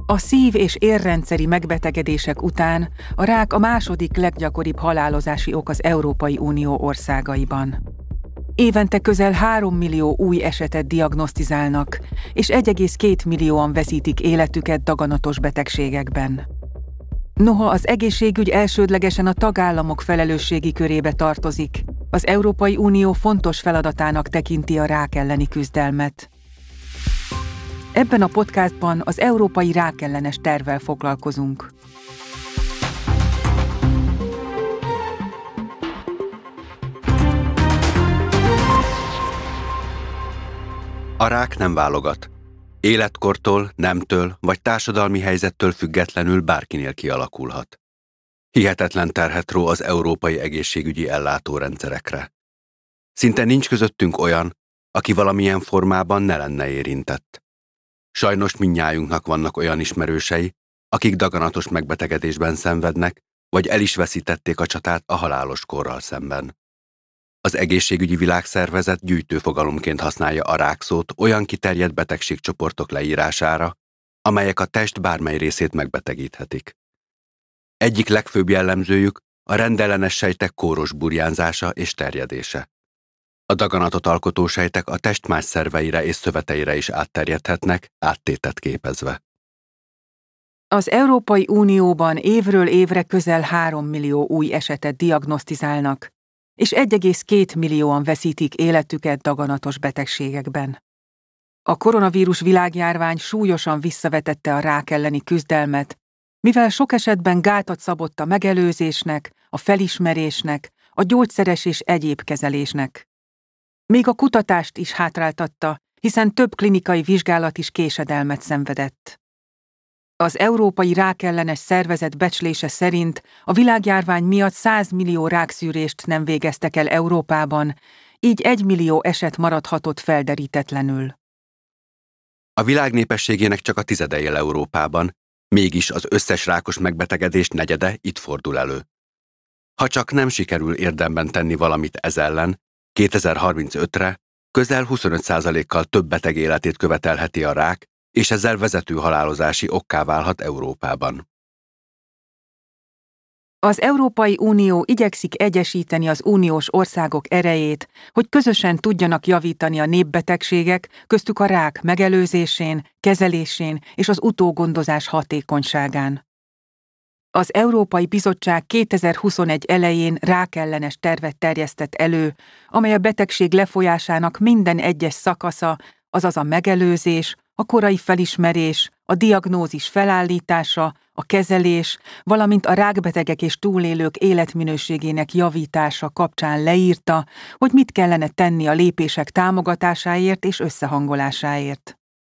A szív- és érrendszeri megbetegedések után a rák a második leggyakoribb halálozási ok az Európai Unió országaiban. Évente közel 3 millió új esetet diagnosztizálnak, és 1,2 millióan veszítik életüket daganatos betegségekben. Noha az egészségügy elsődlegesen a tagállamok felelősségi körébe tartozik, az Európai Unió fontos feladatának tekinti a rák elleni küzdelmet. Ebben a podcastban az Európai Rákellenes Tervvel foglalkozunk. A rák nem válogat. Életkortól, nemtől vagy társadalmi helyzettől függetlenül bárkinél kialakulhat. Hihetetlen terhet ró az európai egészségügyi ellátórendszerekre. Szinte nincs közöttünk olyan, aki valamilyen formában ne lenne érintett. Sajnos mindnyájunknak vannak olyan ismerősei, akik daganatos megbetegedésben szenvednek, vagy el is veszítették a csatát a halálos kórral szemben. Az Egészségügyi Világszervezet gyűjtőfogalomként használja a rák szót olyan kiterjedt betegségcsoportok leírására, amelyek a test bármely részét megbetegíthetik. Egyik legfőbb jellemzőjük a rendellenes sejtek kóros burjánzása és terjedése. A daganatot alkotó sejtek a test más szerveire és szöveteire is átterjedhetnek, áttétet képezve. Az Európai Unióban évről évre közel 3 millió új esetet diagnosztizálnak, és 1,2 millióan veszítik életüket daganatos betegségekben. A koronavírus világjárvány súlyosan visszavetette a rák elleni küzdelmet, mivel sok esetben gátat szabott a megelőzésnek, a felismerésnek, a gyógyszeres és egyéb kezelésnek. Még a kutatást is hátráltatta, hiszen több klinikai vizsgálat is késedelmet szenvedett. Az Európai Rákellenes Szervezet becslése szerint a világjárvány miatt 100 millió rákszűrést nem végeztek el Európában, így 1 millió eset maradhatott felderítetlenül. A világ népességének csak a tizede él Európában, mégis az összes rákos megbetegedés negyede itt fordul elő. Ha csak nem sikerül érdemben tenni valamit ez ellen, 2035-re közel 25%-kal több beteg életét követelheti a rák, és ezzel vezető halálozási okká válhat Európában. Az Európai Unió igyekszik egyesíteni az uniós országok erejét, hogy közösen tudjanak javítani a népbetegségek, köztük a rák megelőzésén, kezelésén és az utógondozás hatékonyságán. Az Európai Bizottság 2021 elején rákellenes tervet terjesztett elő, amely a betegség lefolyásának minden egyes szakasza, azaz a megelőzés, a korai felismerés, a diagnózis felállítása, a kezelés, valamint a rákbetegek és túlélők életminőségének javítása kapcsán leírta, hogy mit kellene tenni a lépések támogatásáért és összehangolásáért.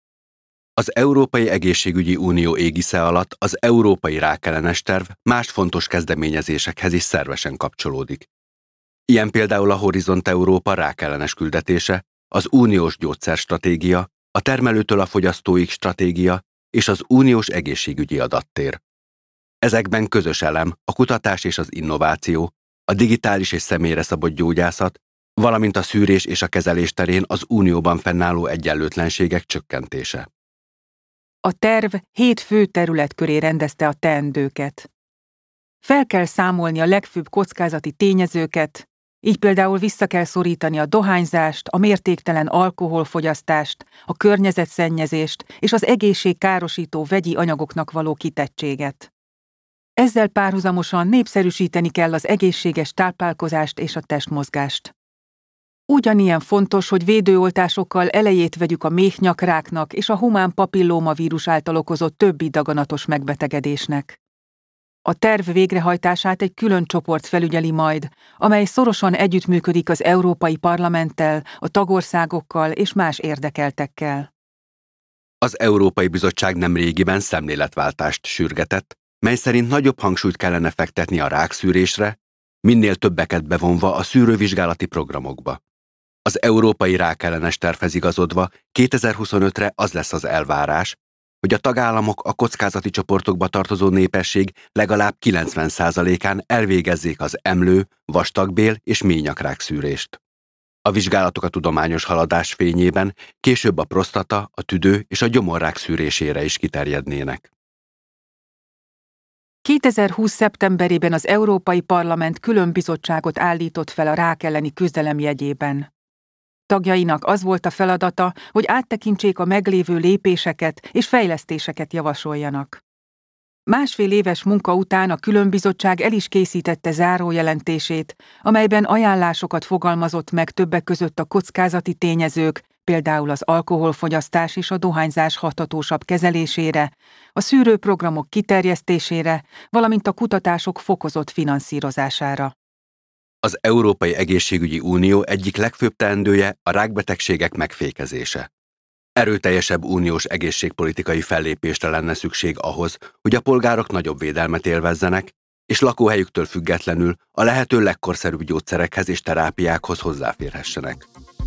Az Európai Egészségügyi Unió égisze alatt az Európai Rákellenes Terv más fontos kezdeményezésekhez is szervesen kapcsolódik. Ilyen például a Horizont Európa rákellenes küldetése, az uniós gyógyszerstratégia, a termelőtől a fogyasztóig stratégia és az uniós egészségügyi adattér. Ezekben közös elem a kutatás és az innováció, a digitális és személyre szabott gyógyászat, valamint a szűrés és a kezelés terén az unióban fennálló egyenlőtlenségek csökkentése. A terv 7 fő terület köré rendezte a teendőket. Fel kell számolni a legfőbb kockázati tényezőket, így például vissza kell szorítani a dohányzást, a mértéktelen alkoholfogyasztást, a környezetszennyezést és az egészségkárosító vegyi anyagoknak való kitettséget. Ezzel párhuzamosan népszerűsíteni kell az egészséges táplálkozást és a testmozgást. Ugyanilyen fontos, hogy védőoltásokkal elejét vegyük a méhnyakráknak és a humán papillómavírus által okozott többi daganatos megbetegedésnek. A terv végrehajtását egy külön csoport felügyeli majd, amely szorosan együttműködik az Európai Parlamenttel, a tagországokkal és más érdekeltekkel. Az Európai Bizottság nemrégiben szemléletváltást sürgetett, mely szerint nagyobb hangsúlyt kellene fektetni a rákszűrésre, minél többeket bevonva a szűrővizsgálati programokba. Az Európai Rákellenes Tervhez igazodva 2025-re az lesz az elvárás, hogy a tagállamok a kockázati csoportokba tartozó népesség legalább 90%-án elvégezzék az emlő, vastagbél és méhnyakrák szűrést. A vizsgálatok a tudományos haladás fényében később a prosztata, a tüdő és a gyomorrák szűrésére is kiterjednének. 2020. szeptemberében az Európai Parlament különbizottságot állított fel a rák elleni küzdelem jegyében. Tagjainak az volt a feladata, hogy áttekintsék a meglévő lépéseket és fejlesztéseket javasoljanak. Másfél éves munka után a különbizottság el is készítette zárójelentését, amelyben ajánlásokat fogalmazott meg többek között a kockázati tényezők, például az alkoholfogyasztás és a dohányzás hathatósabb kezelésére, a szűrőprogramok kiterjesztésére, valamint a kutatások fokozott finanszírozására. Az Európai Egészségügyi Unió egyik legfőbb teendője a rákbetegségek megfékezése. Erőteljesebb uniós egészségpolitikai fellépésre lenne szükség ahhoz, hogy a polgárok nagyobb védelmet élvezzenek, és lakóhelyüktől függetlenül a lehető legkorszerűbb gyógyszerekhez és terápiákhoz hozzáférhessenek.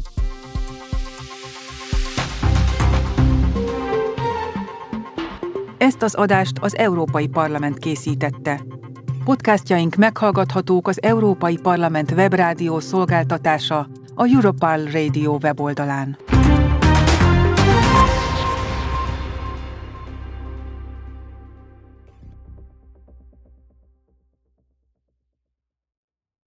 Ezt az adást az Európai Parlament készítette. Podcastjaink meghallgathatók az Európai Parlament webrádió szolgáltatása, a Europarl Radio weboldalán.